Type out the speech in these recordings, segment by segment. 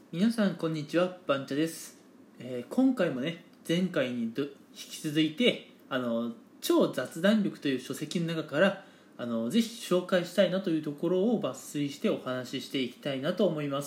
皆さんこんにちは、バンチャです。今回もね、前回に引き続いて超雑談力という書籍の中からぜひ紹介したいなというところを抜粋してお話ししていきたいなと思います。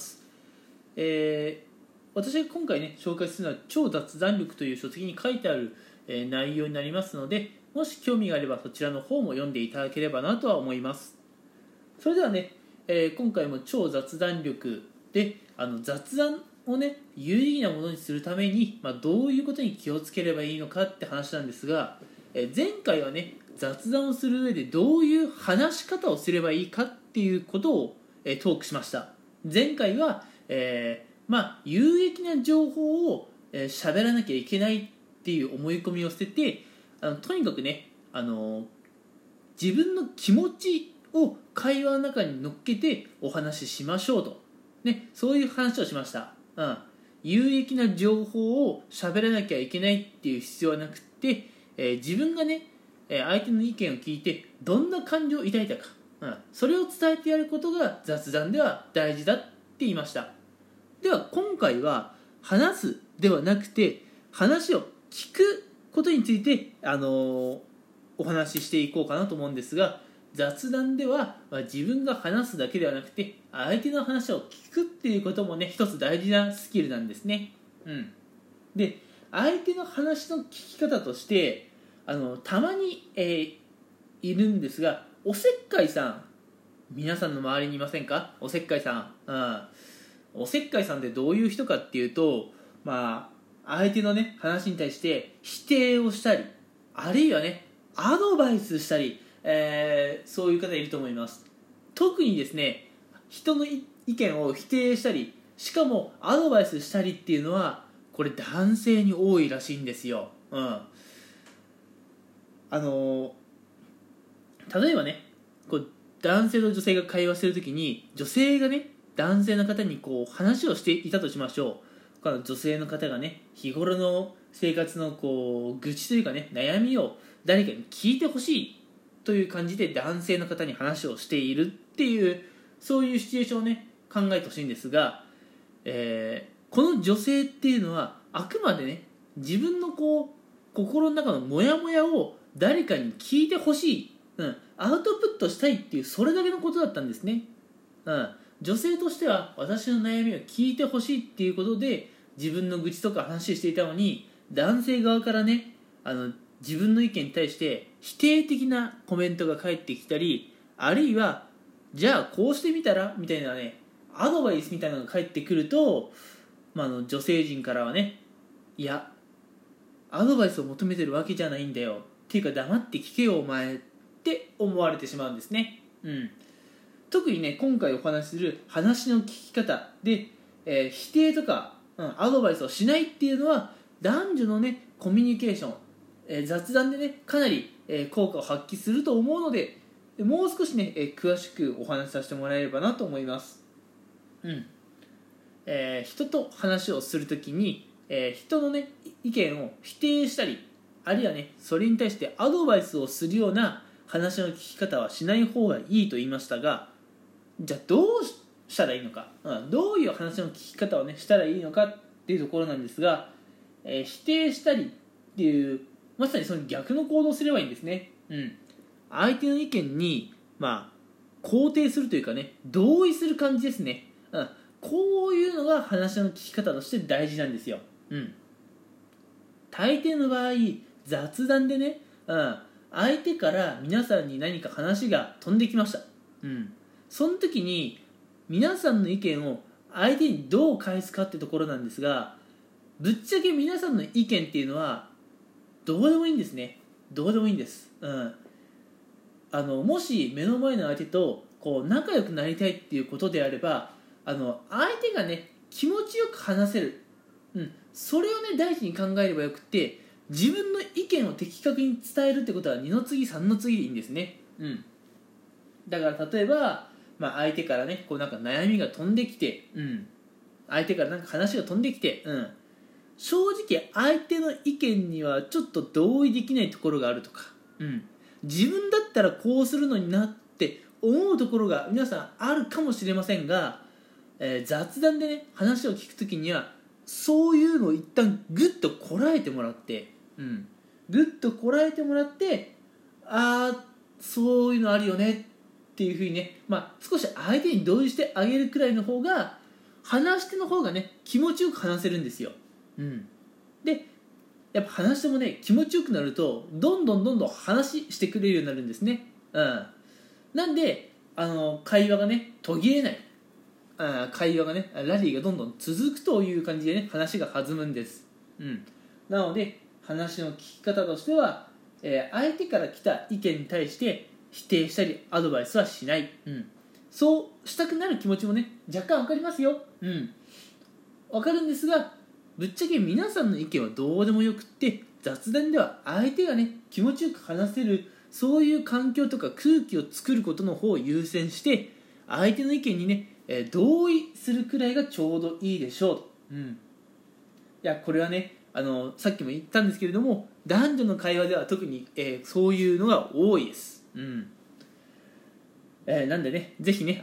私が今回ね紹介するのは超雑談力という書籍に書いてある、内容になりますので、もし興味があればそちらの方も読んでいただければなとは思います。それではね、今回も超雑談力で雑談をね有意義なものにするために、どういうことに気をつければいいのかって話なんですが、前回はね雑談をする上でどういう話し方をすればいいかっていうことを、トークしました。前回は、有益な情報を喋らなきゃいけないっていう思い込みを捨てて、とにかくね自分の気持ちを会話の中に乗っけてお話ししましょうと、そういう話をしました。有益な情報を喋らなきゃいけないっていう必要はなくて、自分がね相手の意見を聞いてどんな感情を抱いたか、それを伝えてやることが雑談では大事だって言いました。では今回は話すではなくて話を聞くことについて、お話ししていこうかなと思うんですが、雑談では、自分が話すだけではなくて相手の話を聞くっていうこともね一つ大事なスキルなんですね。で相手の話の聞き方としてたまに、いるんですが、おせっかいさん、皆さんの周りにいませんか？おせっかいさん、おせっかいさんってどういう人かっていうと、相手のね話に対して否定をしたり、あるいはねアドバイスしたり、そういう方いると思います。特にですね人の意見を否定したり、しかもアドバイスしたりっていうのはこれ男性に多いらしいんですよ。例えばね男性と女性が会話してるときに、女性がね男性の方に話をしていたとしましょう。女性の方がね日頃の生活の愚痴というかね悩みを誰かに聞いてほしいという感じで男性の方に話をしているっていう、そういうシチュエーションをね考えてほしいんですが、この女性っていうのはあくまでね自分の心の中のモヤモヤを誰かに聞いてほしい、アウトプットしたいっていう、それだけのことだったんですね。女性としては私の悩みを聞いてほしいっていうことで自分の愚痴とか話していたのに、男性側からね自分の意見に対して否定的なコメントが返ってきたり、あるいはじゃあこうしてみたらみたいなねアドバイスみたいなのが返ってくると、女性陣からはね、いやアドバイスを求めてるわけじゃないんだよっていうか黙って聞けよお前って思われてしまうんですね。特にね今回お話しする話の聞き方で、否定とか、アドバイスをしないっていうのは男女のねコミュニケーション、雑談でねかなり、効果を発揮すると思うので、もう少しね、詳しくお話しさせてもらえればなと思います。人と話をするときに、人のね意見を否定したり、あるいはねそれに対してアドバイスをするような話の聞き方はしない方がいいと言いましたが、じゃあどうしたらいいのか、どういう話の聞き方をねしたらいいのかっていうところなんですが、否定したりっていうまさにその逆の行動をすればいいんですね。相手の意見に肯定するというかね同意する感じですね。こういうのが話の聞き方として大事なんですよ。大抵の場合雑談でね、相手から皆さんに何か話が飛んできました。その時に皆さんの意見を相手にどう返すかってところなんですが、ぶっちゃけ皆さんの意見っていうのはどうでもいいんですね。どうでもいいんです。もし目の前の相手と仲良くなりたいっていうことであれば、相手がね気持ちよく話せる、それをね大事に考えればよくて、自分の意見を的確に伝えるってことは二の次三の次でいいんですね。だから例えば、相手からねなんか悩みが飛んできて、相手からなんか話が飛んできて、正直相手の意見にはちょっと同意できないところがあるとか、自分だったらこうするのになって思うところが皆さんあるかもしれませんが、 雑談でね話を聞くときにはそういうのを一旦グッとこらえてもらって、グッとこらえてもらって、そういうのあるよねっていうふうにね、少し相手に同意してあげるくらいの方が話し手の方がね気持ちよく話せるんですよ。でやっぱ話し手もね気持ちよくなるとどんどん話してくれるようになるんですね。なんで会話がね途切れない、会話がねラリーがどんどん続くという感じでね話が弾むんです。なので話の聞き方としては、相手から来た意見に対して否定したりアドバイスはしない、そうしたくなる気持ちもね若干わかりますよ。わかるんですが、ぶっちゃけ皆さんの意見はどうでもよくって、雑談では相手がね気持ちよく話せるそういう環境とか空気を作ることの方を優先して相手の意見にね、同意するくらいがちょうどいいでしょうと。いやこれはねさっきも言ったんですけれども、男女の会話では特に、そういうのが多いです。なんでねぜひね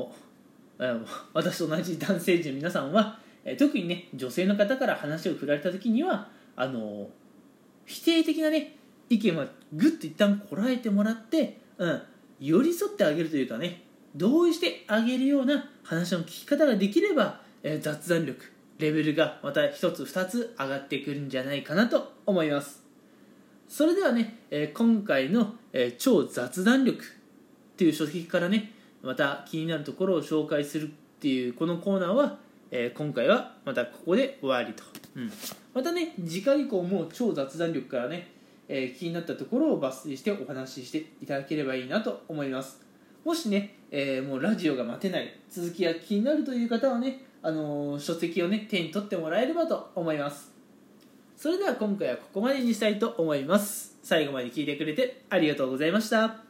私と同じ男性陣の皆さんは、特にね女性の方から話を振られた時には否定的なね意見はぐっと一旦こらえてもらって、寄り添ってあげるというかね同意してあげるような話の聞き方ができれば、雑談力レベルがまた一つ二つ上がってくるんじゃないかなと思います。それではね、今回の、超雑談力っていう書籍からねまた気になるところを紹介するっていうこのコーナーは、今回はまたここで終わりと、またね次回以降も超雑談力からね、気になったところを抜粋してお話ししていただければいいなと思います。もしね、もうラジオが待てない続きが気になるという方はね書籍をね手に取ってもらえればと思います。それでは今回はここまでにしたいと思います。最後まで聞いてくれてありがとうございました。